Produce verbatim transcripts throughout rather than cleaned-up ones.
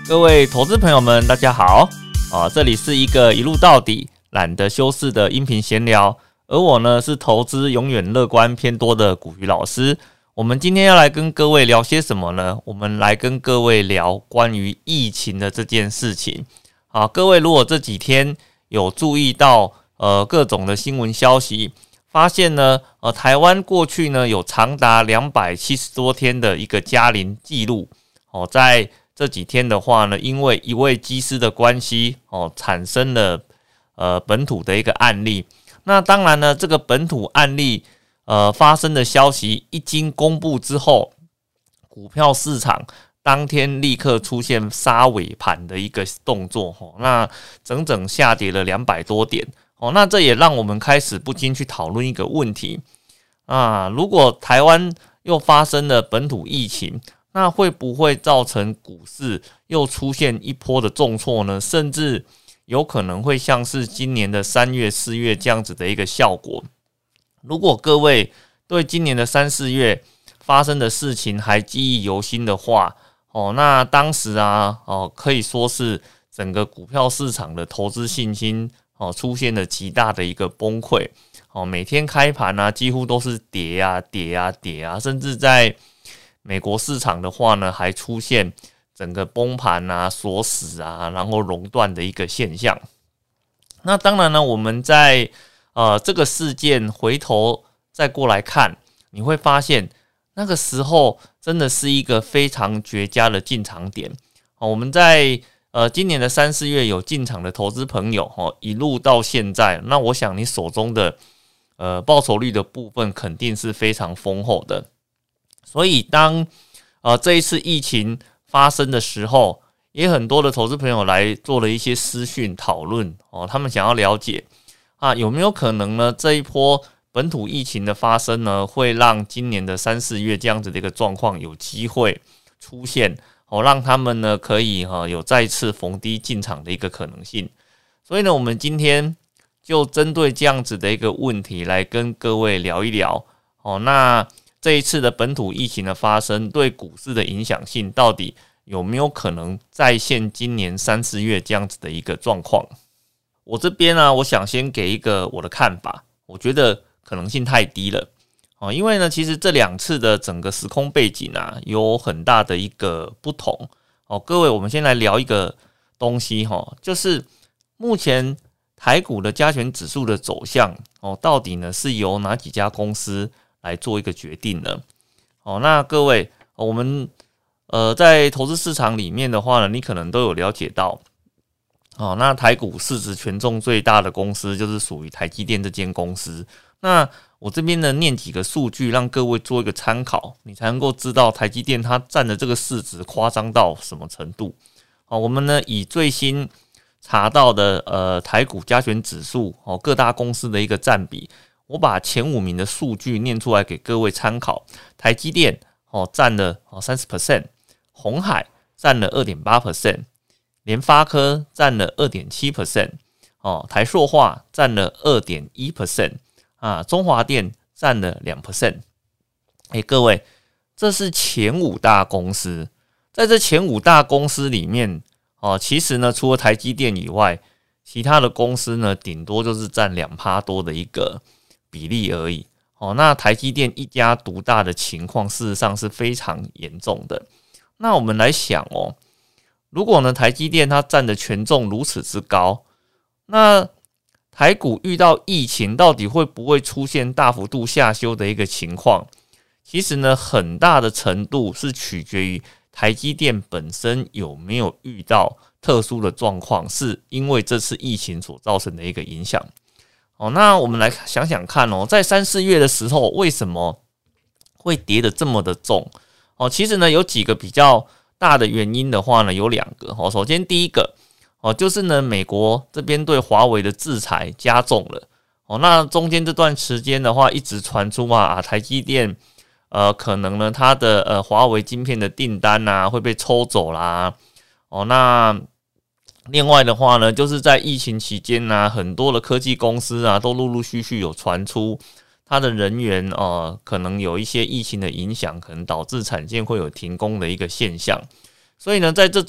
各位投资朋友们，大家好啊！这里是一个一路到底、懒得修饰的音频闲聊，而我呢是投资永远乐观偏多的股鱼老师。我们今天要来跟各位聊些什么呢？我们来跟各位聊关于疫情的这件事情。好，各位如果这几天有注意到呃各种的新闻消息，发现呢呃台湾过去呢有长达两百七十多天的一个加零记录哦，在这几天的话呢，因为一位机师的关系哦，产生了呃本土的一个案例。那当然呢，这个本土案例呃发生的消息一经公布之后，股票市场当天立刻出现杀尾盘的一个动作哦，那整整下跌了两百多点哦。那这也让我们开始不禁去讨论一个问题啊，如果台湾又发生了本土疫情，那会不会造成股市又出现一波的重挫呢？甚至有可能会像是今年的三月、四月这样子的一个效果。如果各位对今年的三四月发生的事情还记忆犹新的话，哦，那当时啊，哦，可以说是整个股票市场的投资信心哦出现了极大的一个崩溃。哦，每天开盘啊，几乎都是跌啊、跌啊、跌啊，甚至在美国市场的话呢，还出现整个崩盘啊、锁死啊，然后熔断的一个现象。那当然呢，我们在呃这个事件回头再过来看，你会发现那个时候真的是一个非常绝佳的进场点。哦、我们在呃今年的三四月有进场的投资朋友，哦，一路到现在，那我想你手中的呃报酬率的部分肯定是非常丰厚的。所以当呃这一次疫情发生的时候，也很多的投资朋友来做了一些私讯讨论哦，他们想要了解啊有没有可能呢这一波本土疫情的发生呢，会让今年的三四月这样子的一个状况有机会出现哦，让他们呢可以哈、呃、有再次逢低进场的一个可能性。所以呢，我们今天就针对这样子的一个问题来跟各位聊一聊哦。那这一次的本土疫情的发生对股市的影响性到底有没有可能再现今年三四月这样子的一个状况？我这边呢、啊，我想先给一个我的看法，我觉得可能性太低了哦，因为呢，其实这两次的整个时空背景啊，有很大的一个不同哦。各位，我们先来聊一个东西哈、哦，就是目前台股的加权指数的走向哦，到底呢是由哪几家公司来做一个决定呢？哦，那各位，我们呃在投资市场里面的话呢，你可能都有了解到，哦，那台股市值权重最大的公司就是属于台积电这间公司。那我这边呢念几个数据，让各位做一个参考，你才能够知道台积电它占的这个市值夸张到什么程度。哦，我们呢以最新查到的呃台股加权指数哦各大公司的一个占比。我把前五名的数据念出来给各位参考，台积电哦占了 百分之三十， 鸿海占了 百分之二点八， 联发科占了 百分之二点七， 哦，台塑化占了 百分之二点一， 啊，中华电占了 百分之二。哎，各位，这是前五大公司，在这前五大公司里面哦，其实呢，除了台积电以外，其他的公司呢，顶多就是占 百分之二 多的一个比例而已哦，那台积电一家独大的情况，事实上是非常严重的。那我们来想哦，如果呢台积电它占的权重如此之高，那台股遇到疫情，到底会不会出现大幅度下修的一个情况？其实呢，很大的程度是取决于台积电本身有没有遇到特殊的状况，是因为这次疫情所造成的一个影响。哦，那我们来想想看哦，在三四月的时候，为什么会跌得这么的重？哦，其实呢，有几个比较大的原因的话呢，有两个。哦，首先第一个哦，就是呢，美国这边对华为的制裁加重了。哦，那中间这段时间的话，一直传出啊，啊台积电呃，可能呢，它的呃华为晶片的订单啊会被抽走啦。哦，那另外的话呢，就是在疫情期间呢、啊，很多的科技公司啊，都陆陆续续有传出它的人员呃，可能有一些疫情的影响，可能导致产线会有停工的一个现象。所以呢，在这种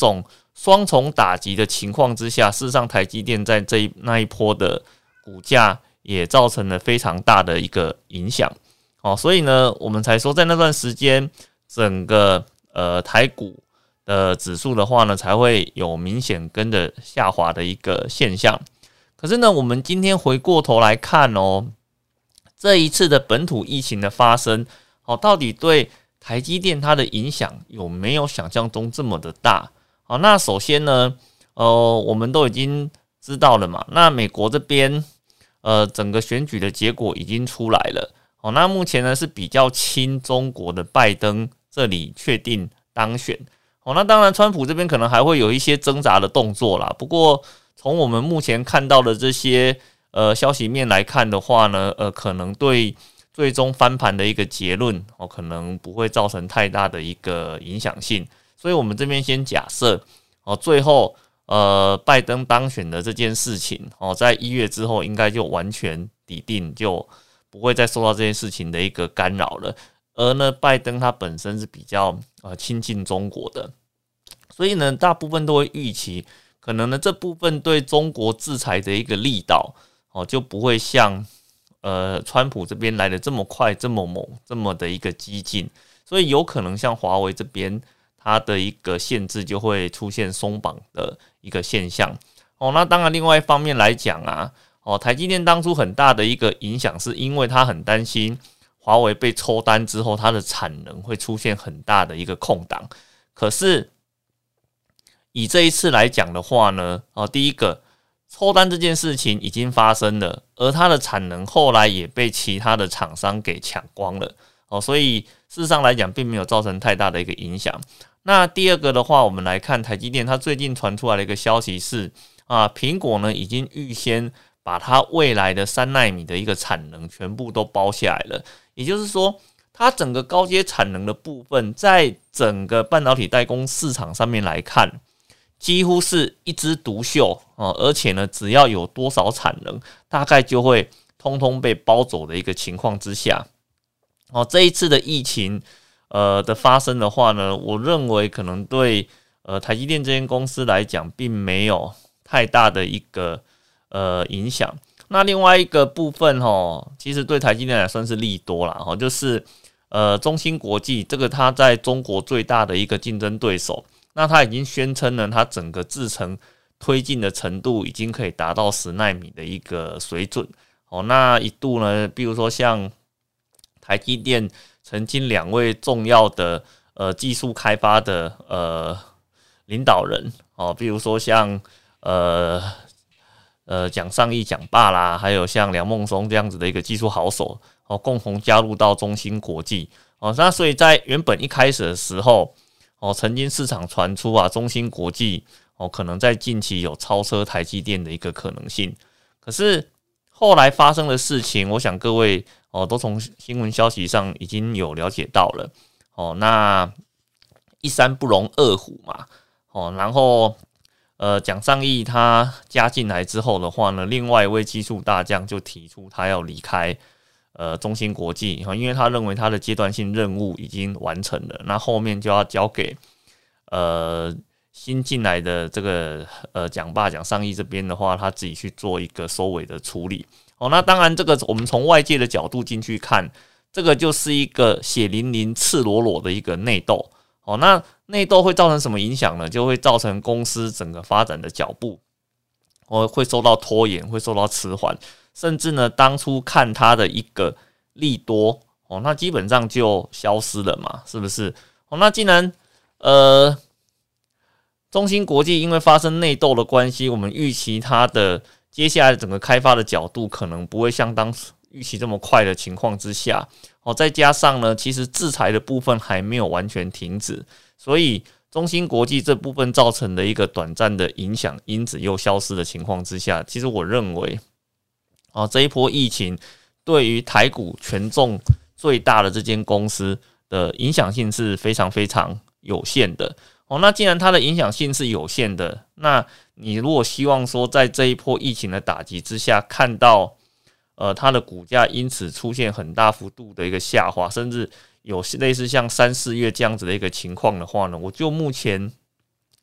双重打击的情况之下，事实上台积电在这一那一波的股价也造成了非常大的一个影响。哦，所以呢，我们才说在那段时间，整个呃台股的指数的话呢，才会有明显跟着下滑的一个现象。可是呢，我们今天回过头来看哦，这一次的本土疫情的发生，哦，到底对台积电它的影响有没有想象中这么的大？好，那首先呢，呃，我们都已经知道了嘛，那美国这边呃整个选举的结果已经出来了。哦，那目前呢是比较亲中国的拜登这里确定当选。哦，那当然川普这边可能还会有一些挣扎的动作啦。不过从我们目前看到的这些呃消息面来看的话呢，呃，可能对最终翻盘的一个结论哦，可能不会造成太大的一个影响性。所以我们这边先假设哦，最后呃拜登当选的这件事情哦，在一月之后应该就完全底定，就不会再受到这件事情的一个干扰了。而呢，拜登他本身是比较呃亲近中国的，所以呢，大部分都会预期，可能呢这部分对中国制裁的一个力道哦，就不会像呃川普这边来的这么快、这么猛、这么的一个激进，所以有可能像华为这边，它的一个限制就会出现松绑的一个现象哦。那当然，另外一方面来讲啊。哦，台积电当初很大的一个影响，是因为他很担心华为被抽单之后，它的产能会出现很大的一个空档。可是以这一次来讲的话呢，哦，第一个抽单这件事情已经发生了，而它的产能后来也被其他的厂商给抢光了。哦，所以事实上来讲，并没有造成太大的一个影响。那第二个的话，我们来看台积电，它最近传出来的一个消息是啊，苹果呢已经预先把它未来的三奈米的一个产能全部都包下来了，也就是说，它整个高阶产能的部分，在整个半导体代工市场上面来看，几乎是一枝独秀哦，而且呢，只要有多少产能，大概就会通通被包走的一个情况之下，哦，这一次的疫情呃的发生的话呢，我认为可能对呃台积电这间公司来讲，并没有太大的一个呃，影响。那另外一个部分齁，其实对台积电来算是利多啦齁，就是呃，中芯国际这个它在中国最大的一个竞争对手，那它已经宣称呢，它整个制程推进的程度已经可以达到十奈米的一个水准。哦，那一度呢，比如说像台积电曾经两位重要的呃技术开发的呃领导人哦，比如说像呃。呃，蒋尚义、蒋爸啦，还有像梁孟松这样子的一个技术好手哦，共同加入到中芯国际哦。那所以在原本一开始的时候哦，曾经市场传出啊，中芯国际哦可能在近期有超车台积电的一个可能性。可是后来发生的事情，我想各位哦都从新闻消息上已经有了解到了哦。那一山不容二虎嘛哦，然后。呃，蒋尚义他加进来之后的话呢，另外一位技术大将就提出他要离开呃中芯国际，因为他认为他的阶段性任务已经完成了，那后面就要交给呃新进来的这个呃蒋爸蒋尚义这边的话，他自己去做一个收尾的处理。哦，那当然这个我们从外界的角度进去看，这个就是一个血淋淋、赤裸裸的一个内斗。哦，那内斗会造成什么影响呢？就会造成公司整个发展的脚步，哦，会受到拖延，会受到迟缓，甚至呢，当初看它的一个利多，哦，那基本上就消失了嘛，是不是？哦，那既然呃，中芯国际因为发生内斗的关系，我们预期它的接下来整个开发的角度可能不会像当时预期这么快的情况之下。哦，再加上呢，其实制裁的部分还没有完全停止，所以中芯国际这部分造成的一个短暂的影响因子又消失的情况之下，其实我认为，哦，这一波疫情对于台股权重最大的这间公司的影响性是非常非常有限的。哦，那既然它的影响性是有限的，那你如果希望说在这一波疫情的打击之下看到呃，它的股价因此出现很大幅度的一个下滑，甚至有类似像三四月这样子的一个情况的话呢，我就目前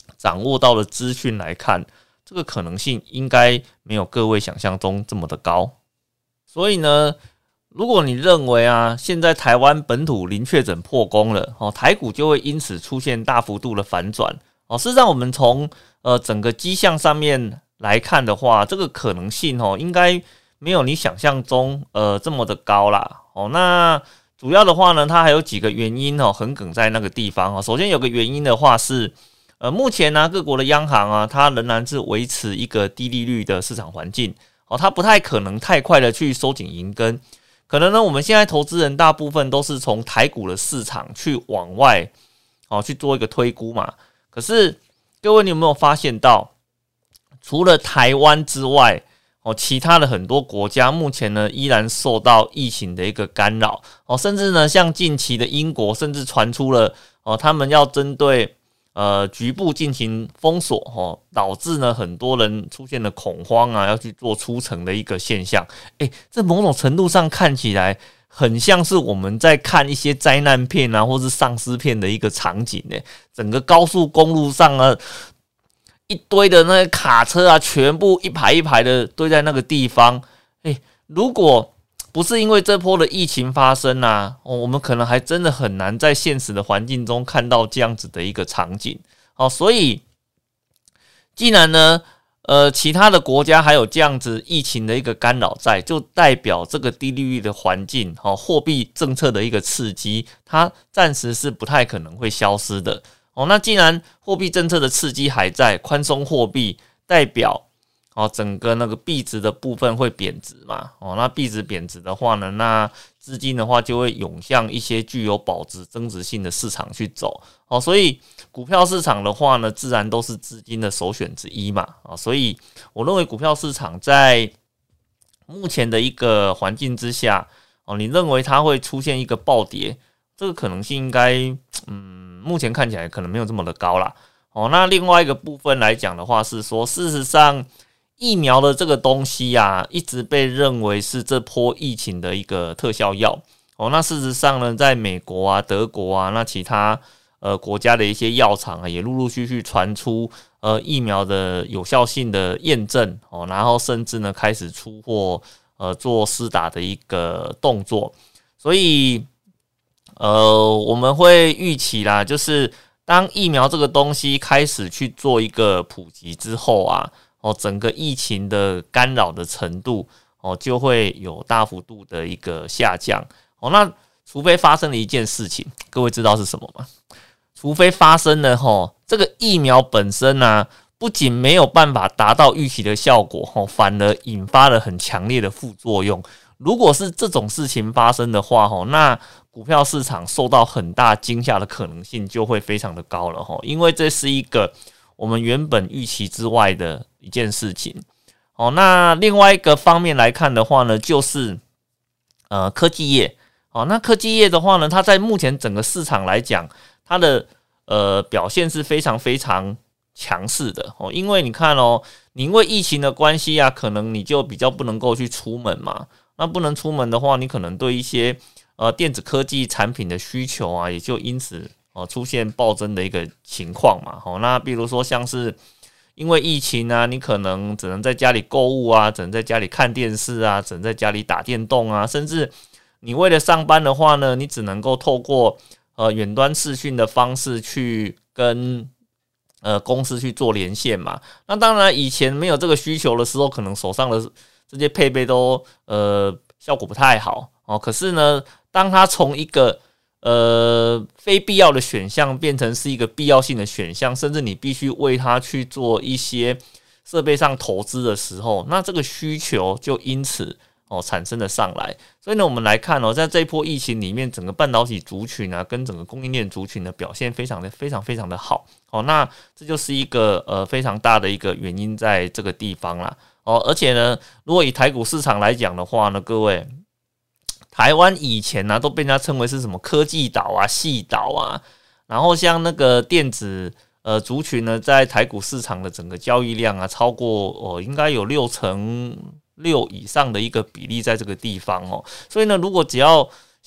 掌握到的资讯来看，这个可能性应该没有各位想象中这么的高。所以呢，如果你认为啊，现在台湾本土零确诊破功了，哦，台股就会因此出现大幅度的反转，哦，事实上我们从呃整个迹象上面来看的话，这个可能性哦，应该没有你想象中呃这么的高啦。哦，那主要的话呢，它还有几个原因哦，横梗在那个地方哦。首先有个原因的话是，呃，目前呢、啊、各国的央行啊，它仍然是维持一个低利率的市场环境，哦，它不太可能太快的去收紧银根。可能呢，我们现在投资人大部分都是从台股的市场去往外，哦，去做一个推估嘛。可是各位，你有没有发现到，除了台湾之外，哦，其他的很多国家目前呢依然受到疫情的一个干扰，哦，甚至呢，像近期的英国，甚至传出了哦，他们要针对呃局部进行封锁，哦，导致呢很多人出现了恐慌啊，要去做出城的一个现象。诶，这某种程度上看起来很像是我们在看一些灾难片啊，或是丧尸片的一个场景呢。整个高速公路上啊，一堆的那个卡车啊，全部一排一排的堆在那个地方。诶，如果不是因为这波的疫情发生啊，哦，我们可能还真的很难在现实的环境中看到这样子的一个场景。哦，所以既然呢，呃，其他的国家还有这样子疫情的一个干扰在，就代表这个低利率的环境，哦，货币政策的一个刺激，它暂时是不太可能会消失的。哦，那既然货币政策的刺激还在，宽松货币代表哦，整个那个币值的部分会贬值嘛？哦，那币值贬值的话呢，那资金的话就会涌向一些具有保值增值性的市场去走。哦，所以股票市场的话呢，自然都是资金的首选之一嘛。啊，所以我认为股票市场在目前的一个环境之下，哦，你认为它会出现一个暴跌，这个可能性应该，嗯，目前看起来可能没有这么的高啦。哦，那另外一个部分来讲的话，是说事实上，疫苗的这个东西啊，一直被认为是这波疫情的一个特效药。哦，那事实上呢，在美国啊、德国啊，那其他呃国家的一些药厂啊，也陆陆续续传出呃疫苗的有效性的验证哦，然后甚至呢开始出货呃做施打的一个动作。所以呃我们会预期啦，就是当疫苗这个东西开始去做一个普及之后啊。哦，整个疫情的干扰的程度哦，就会有大幅度的一个下降哦。那除非发生了一件事情，各位知道是什么吗？除非发生了吼，这个疫苗本身呢、啊，不仅没有办法达到预期的效果吼，反而引发了很强烈的副作用。如果是这种事情发生的话吼，那股票市场受到很大惊吓的可能性就会非常的高了吼，因为这是一个我们原本预期之外的一件事情。哦，那另外一个方面来看的话呢，就是呃科技业。哦，那科技业的话呢，它在目前整个市场来讲，它的呃表现是非常非常强势的哦。因为你看哦，你因为疫情的关系啊，可能你就比较不能够去出门嘛。那不能出门的话，你可能对一些呃电子科技产品的需求啊，也就因此哦，出现暴增的一个情况嘛。哦，那比如说像是因为疫情啊，你可能只能在家里购物啊，只能在家里看电视啊，只能在家里打电动啊，甚至你为了上班的话呢，你只能够透过呃远端视讯的方式去跟呃公司去做连线嘛。那当然以前没有这个需求的时候，可能手上的这些配备都呃效果不太好哦。可是呢，当它从一个呃，非必要的选项变成是一个必要性的选项，甚至你必须为它去做一些设备上投资的时候，那这个需求就因此哦产生了上来。所以呢，我们来看哦，在这一波疫情里面，整个半导体族群啊，跟整个供应链族群的表现非常的非常非常的好哦。那这就是一个呃非常大的一个原因在这个地方啦哦。而且呢，如果以台股市场来讲的话呢，各位。台湾以前呢、啊、都被人家称为是什么科技岛啊、矽岛啊，然后像那个电子呃族群呢，在台股市场的整个交易量啊，超过哦应该有六成六以上的一个比例在这个地方哦。所以呢，如果只要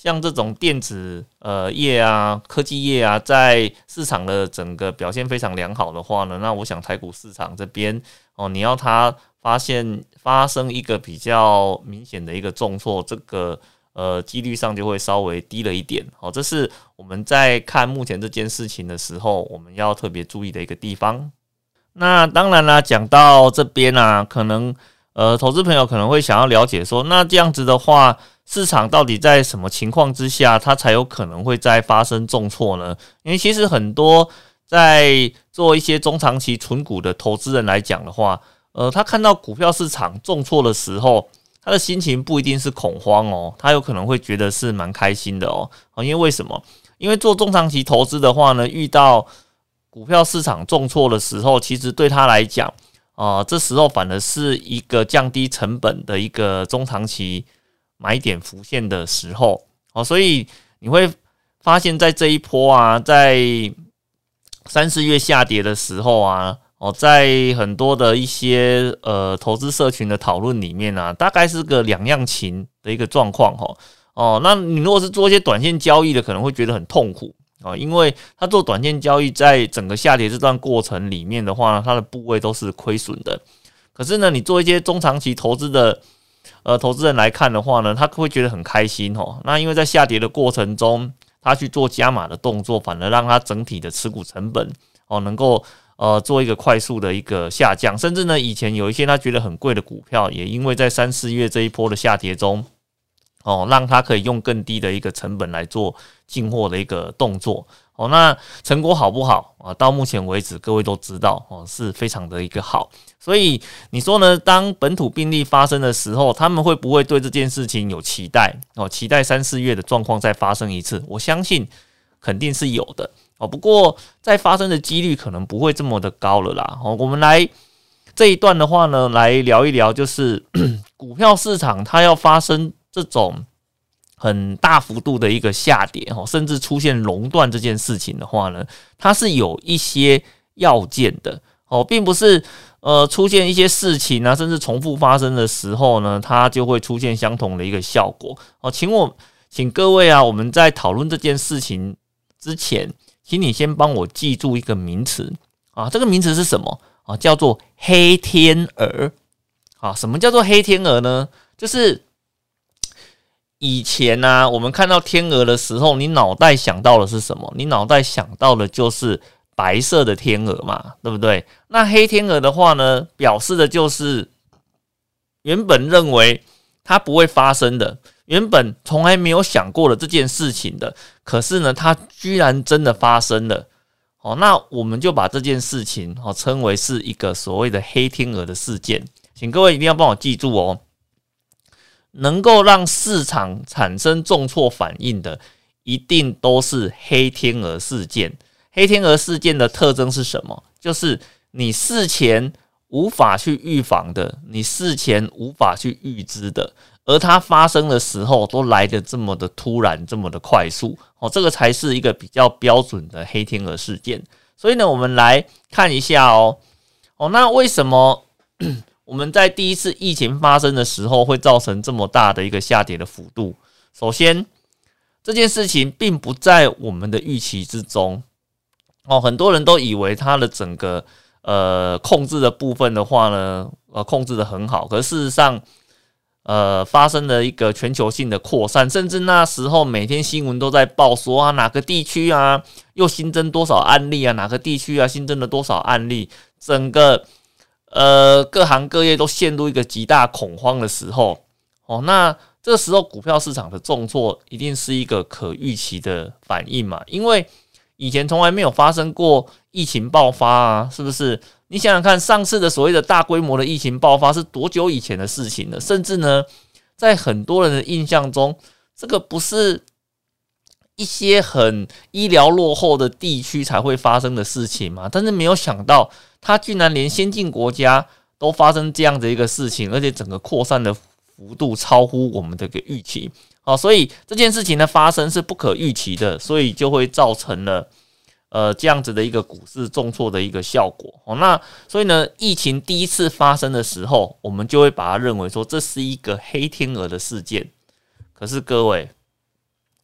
像这种电子呃业啊、科技业啊，在市场的整个表现非常良好的话呢，那我想台股市场这边哦，你要它发现发生一个比较明显的一个重挫，这个呃几率上就会稍微低了一点。好，这是我们在看目前这件事情的时候，我们要特别注意的一个地方。那当然啦，讲到这边啊，可能呃投资朋友可能会想要了解说，那这样子的话，市场到底在什么情况之下，它才有可能会再发生重挫呢？因为其实很多在做一些中长期存股的投资人来讲的话，呃，他看到股票市场重挫的时候，他的心情不一定是恐慌哦，他有可能会觉得是蛮开心的哦。因为为什么？因为做中长期投资的话呢，遇到股票市场重挫的时候，其实对他来讲，啊、呃，这时候反而是一个降低成本的一个中长期买点浮现的时候哦，所以你会发现在这一波啊，在三四月下跌的时候啊。哦，在很多的一些呃投资社群的讨论里面啊，大概是个两样情的一个状况哈。哦，那你如果是做一些短线交易的，可能会觉得很痛苦啊、哦，因为他做短线交易，在整个下跌这段过程里面的话呢，他的部位都是亏损的。可是呢，你做一些中长期投资的呃投资人来看的话呢，他会觉得很开心哦。那因为在下跌的过程中，他去做加码的动作，反而让他整体的持股成本哦能够。呃，做一个快速的一个下降，甚至呢，以前有一些他觉得很贵的股票，也因为在三四月这一波的下跌中，哦，让他可以用更低的一个成本来做进货的一个动作。哦，那成果好不好啊？到目前为止，各位都知道哦，是非常的一个好。所以你说呢？当本土病例发生的时候，他们会不会对这件事情有期待？哦，期待三四月的状况再发生一次？我相信肯定是有的。哦，不过再发生的几率可能不会这么的高了啦。哦，我们来这一段的话呢，来聊一聊，就是股票市场它要发生这种很大幅度的一个下跌，哦，甚至出现熔断这件事情的话呢，它是有一些要件的。哦，并不是呃出现一些事情啊，甚至重复发生的时候呢，它就会出现相同的一个效果。哦，请我请各位啊，我们在讨论这件事情之前。请你先帮我记住一个名词啊，这个名词是什么啊？叫做黑天鹅啊。什么叫做黑天鹅呢？就是以前啊，我们看到天鹅的时候，你脑袋想到的是什么？你脑袋想到的就是白色的天鹅嘛，对不对？那黑天鹅的话呢，表示的就是原本认为它不会发生的。原本从来没有想过的这件事情的，可是呢，它居然真的发生了。哦，那我们就把这件事情哦称为是一个所谓的黑天鹅的事件。请各位一定要帮我记住哦，能够让市场产生重挫反应的，一定都是黑天鹅事件。黑天鹅事件的特征是什么？就是你事前无法去预防的，你事前无法去预知的。而它发生的时候都来得这么的突然，这么的快速，哦，这个才是一个比较标准的黑天鹅事件。所以呢，我们来看一下哦，哦，那为什么我们在第一次疫情发生的时候会造成这么大的一个下跌的幅度？首先，这件事情并不在我们的预期之中，哦，很多人都以为它的整个呃控制的部分的话呢，呃，控制的很好，可是事实上。呃，发生了一个全球性的扩散，甚至那时候每天新闻都在报说啊，哪个地区啊又新增多少案例啊，哪个地区啊新增了多少案例，整个呃各行各业都陷入一个极大恐慌的时候，哦，那这个时候股票市场的重挫一定是一个可预期的反应嘛，因为以前从来没有发生过疫情爆发啊，是不是？你想想看，上次的所谓的大规模的疫情爆发是多久以前的事情了？甚至呢，在很多人的印象中，这个不是一些很医疗落后的地区才会发生的事情嘛？但是没有想到，它居然连先进国家都发生这样的一个事情，而且整个扩散的幅度超乎我们的一个预期。好，所以这件事情的发生是不可预期的，所以就会造成了。呃，这样子的一个股市重挫的一个效果，哦，那所以呢，疫情第一次发生的时候，我们就会把它认为说这是一个黑天鹅的事件。可是各位，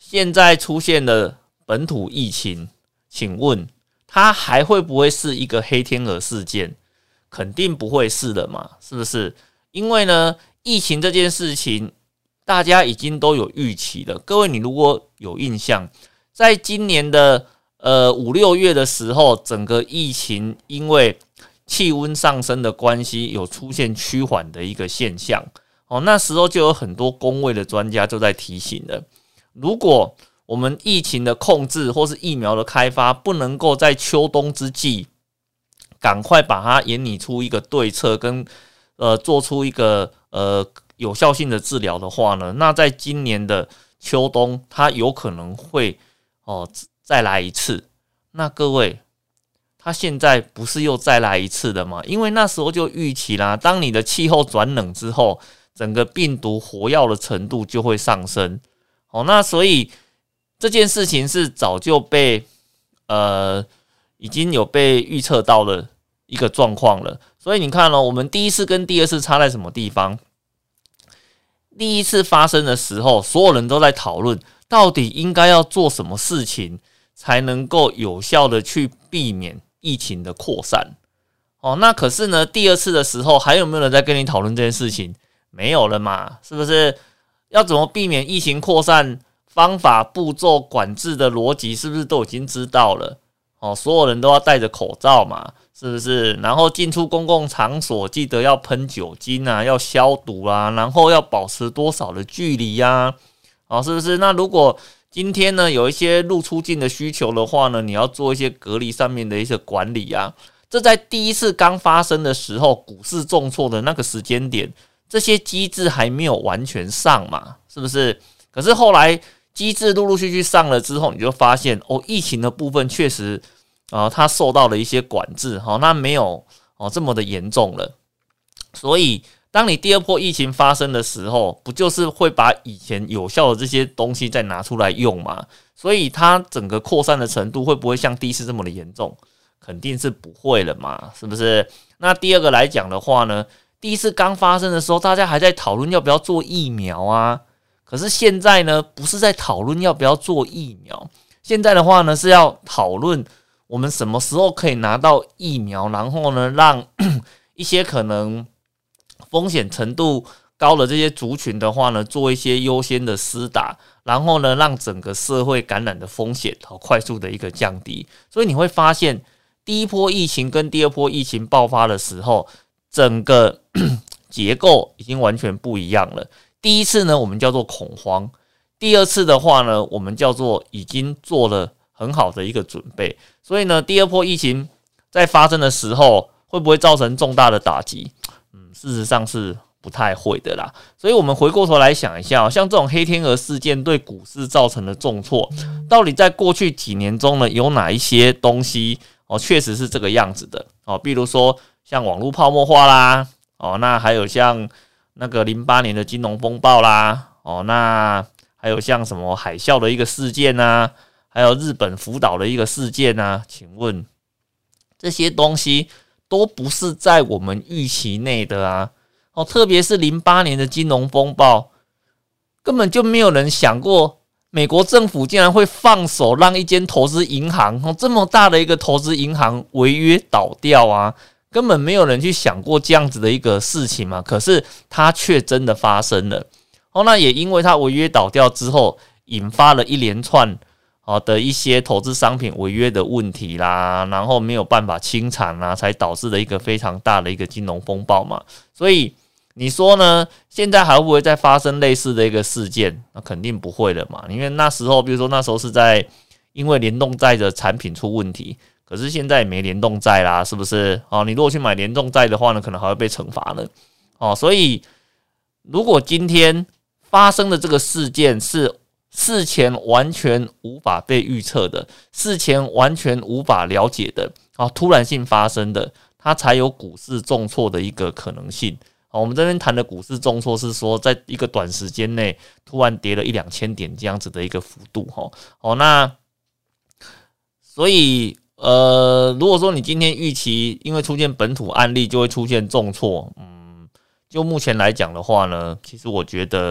现在出现了本土疫情，请问它还会不会是一个黑天鹅事件？肯定不会是的嘛，是不是？因为呢，疫情这件事情大家已经都有预期了。各位，你如果有印象，在今年的呃五六月的时候，整个疫情因为气温上升的关系，有出现趋缓的一个现象。哦，那时候就有很多公卫的专家就在提醒了，如果我们疫情的控制或是疫苗的开发不能够在秋冬之际赶快把它研拟出一个对策跟呃做出一个呃有效性的治疗的话呢，那在今年的秋冬它有可能会哦再来一次。那各位，它现在不是又再来一次的吗？因为那时候就预期啦，当你的气候转冷之后，整个病毒活跃的程度就会上升。哦，那所以这件事情是早就被呃已经有被预测到的一个状况了。所以你看哦，我们第一次跟第二次差在什么地方？第一次发生的时候，所有人都在讨论到底应该要做什么事情才能够有效的去避免疫情的扩散。哦，那可是呢，第二次的时候还有没有人在跟你讨论这件事情？没有了嘛，是不是？要怎么避免疫情扩散？方法、步骤、管制的逻辑是不是都已经知道了？哦，所有人都要戴着口罩嘛，是不是？然后进出公共场所记得要喷酒精啊，要消毒啊，然后要保持多少的距离啊？哦，是不是？那如果今天呢有一些入出境的需求的话呢，你要做一些隔离上面的一些管理啊。这在第一次刚发生的时候，股市重挫的那个时间点，这些机制还没有完全上嘛，是不是？可是后来机制陆陆续续上了之后，你就发现哦，疫情的部分确实啊、呃，它受到了一些管制，好、哦，那没有哦这么的严重了。所以，当你第二波疫情发生的时候，不就是会把以前有效的这些东西再拿出来用吗？所以，它整个扩散的程度会不会像第一次这么的严重？肯定是不会了嘛，是不是？那第二个来讲的话呢，第一次刚发生的时候，大家还在讨论要不要做疫苗啊。可是现在呢，不是在讨论要不要做疫苗，现在的话呢是要讨论我们什么时候可以拿到疫苗，然后呢让一些可能风险程度高的这些族群的话呢，做一些优先的施打，然后呢让整个社会感染的风险好快速的一个降低。所以你会发现，第一波疫情跟第二波疫情爆发的时候，整个结构已经完全不一样了。第一次呢，我们叫做恐慌；第二次的话呢，我们叫做已经做了很好的一个准备。所以呢，第二波疫情在发生的时候，会不会造成重大的打击？嗯，事实上是不太会的啦。所以我们回过头来想一下、哦，像这种黑天鹅事件对股市造成的重挫，到底在过去几年中呢，有哪一些东西哦，确实是这个样子的哦？比如说像网络泡沫化啦，哦，那还有像那个零八年的金融风暴啦，哦，那还有像什么海啸的一个事件啊，还有日本福岛的一个事件啊，请问这些东西都不是在我们预期内的啊，哦，特别是零八年的金融风暴，根本就没有人想过，美国政府竟然会放手让一间投资银行，哦，这么大的一个投资银行违约倒掉啊。根本没有人去想过这样子的一个事情嘛，可是它却真的发生了。哦，那也因为它违约倒掉之后，引发了一连串哦的一些投资商品违约的问题啦，然后没有办法清偿啦，才导致了一个非常大的一个金融风暴嘛。所以你说呢？现在还会不会再发生类似的一个事件？那肯定不会了嘛，因为那时候，比如说那时候是在因为联动债的产品出问题。可是现在也没联动债啦，是不是？哦，你如果去买联动债的话呢，可能还会被惩罚呢。哦，所以如果今天发生的这个事件是事前完全无法被预测的，事前完全无法了解的，哦，突然性发生的，它才有股市重挫的一个可能性。哦，我们这边谈的股市重挫是说，在一个短时间内突然跌了一两千点这样子的一个幅度。哦，哦，那所以。呃，如果说你今天预期因为出现本土案例就会出现重挫，嗯，就目前来讲的话呢，其实我觉得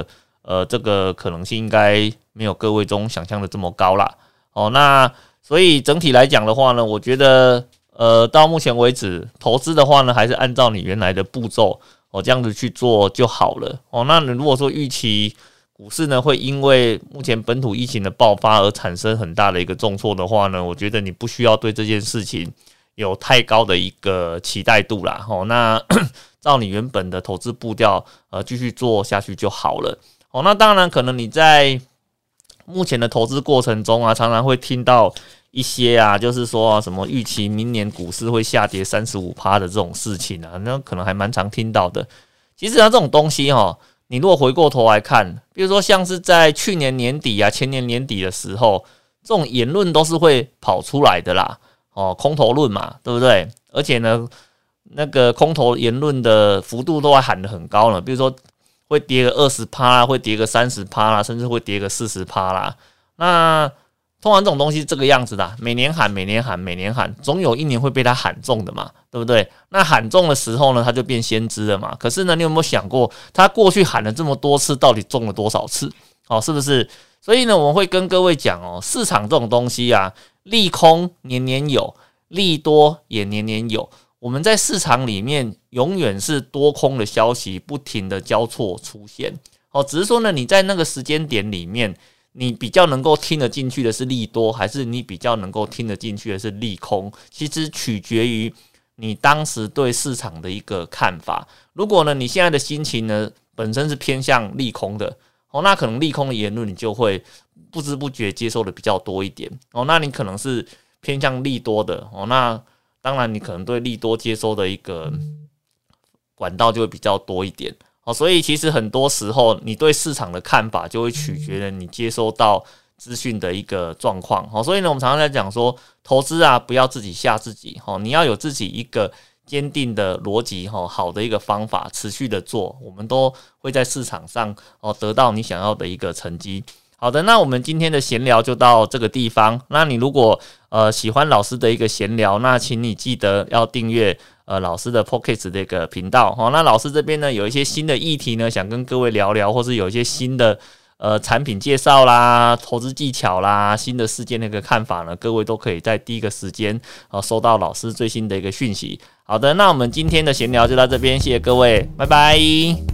呃，这个可能性应该没有各位中想象的这么高啦。哦，那所以整体来讲的话呢，我觉得呃，到目前为止投资的话呢，还是按照你原来的步骤哦这样子去做就好了。哦，那你如果说预期股市呢会因为目前本土疫情的爆发而产生很大的一个重挫的话呢，我觉得你不需要对这件事情有太高的一个期待度啦。哦，那照你原本的投资步调呃继续做下去就好了。哦，那当然可能你在目前的投资过程中啊，常常会听到一些啊，就是说、啊、什么预期明年股市会下跌 百分之三十五 的这种事情啊，那可能还蛮常听到的。其实啊，这种东西齁，你如果回过头来看，比如说像是在去年年底啊、前年年底的时候，这种言论都是会跑出来的啦。哦，空头论嘛，对不对？而且呢，那个空头言论的幅度都还喊得很高呢，比如说会跌个 百分之二十 啦，会跌个 百分之三十 啦，甚至会跌个 百分之四十 啦。那通常这种东西这个样子的，每年喊，每年喊，每年喊，总有一年会被他喊中的嘛，对不对？那喊中的时候呢，他就变先知了嘛。可是呢，你有没有想过，他过去喊了这么多次，到底中了多少次？哦，是不是？所以呢，我们会跟各位讲哦，市场这种东西啊，利空年年有，利多也年年有。我们在市场里面永远是多空的消息不停的交错出现。哦，只是说呢，你在那个时间点里面，你比较能够听得进去的是利多，还是你比较能够听得进去的是利空？其实取决于你当时对市场的一个看法。如果呢，你现在的心情呢本身是偏向利空的，哦，那可能利空的言论你就会不知不觉接受的比较多一点。哦，那你可能是偏向利多的，哦，那当然你可能对利多接收的一个管道就会比较多一点。哦，所以其实很多时候你对市场的看法就会取决于你接收到资讯的一个状况。哦，所以呢，我们常常在讲说，投资啊，不要自己吓自己。哦，你要有自己一个坚定的逻辑，哦，好的一个方法，持续的做，我们都会在市场上哦得到你想要的一个成绩。好的，那我们今天的闲聊就到这个地方。那你如果呃喜欢老师的一个闲聊，那请你记得要订阅呃老师的 Podcast 的一个频道。哦，那老师这边呢有一些新的议题呢，想跟各位聊聊，或是有一些新的呃产品介绍啦、投资技巧啦、新的事件的一个看法呢，各位都可以在第一个时间呃收到老师最新的一个讯息。好的，那我们今天的闲聊就到这边，谢谢各位，拜拜。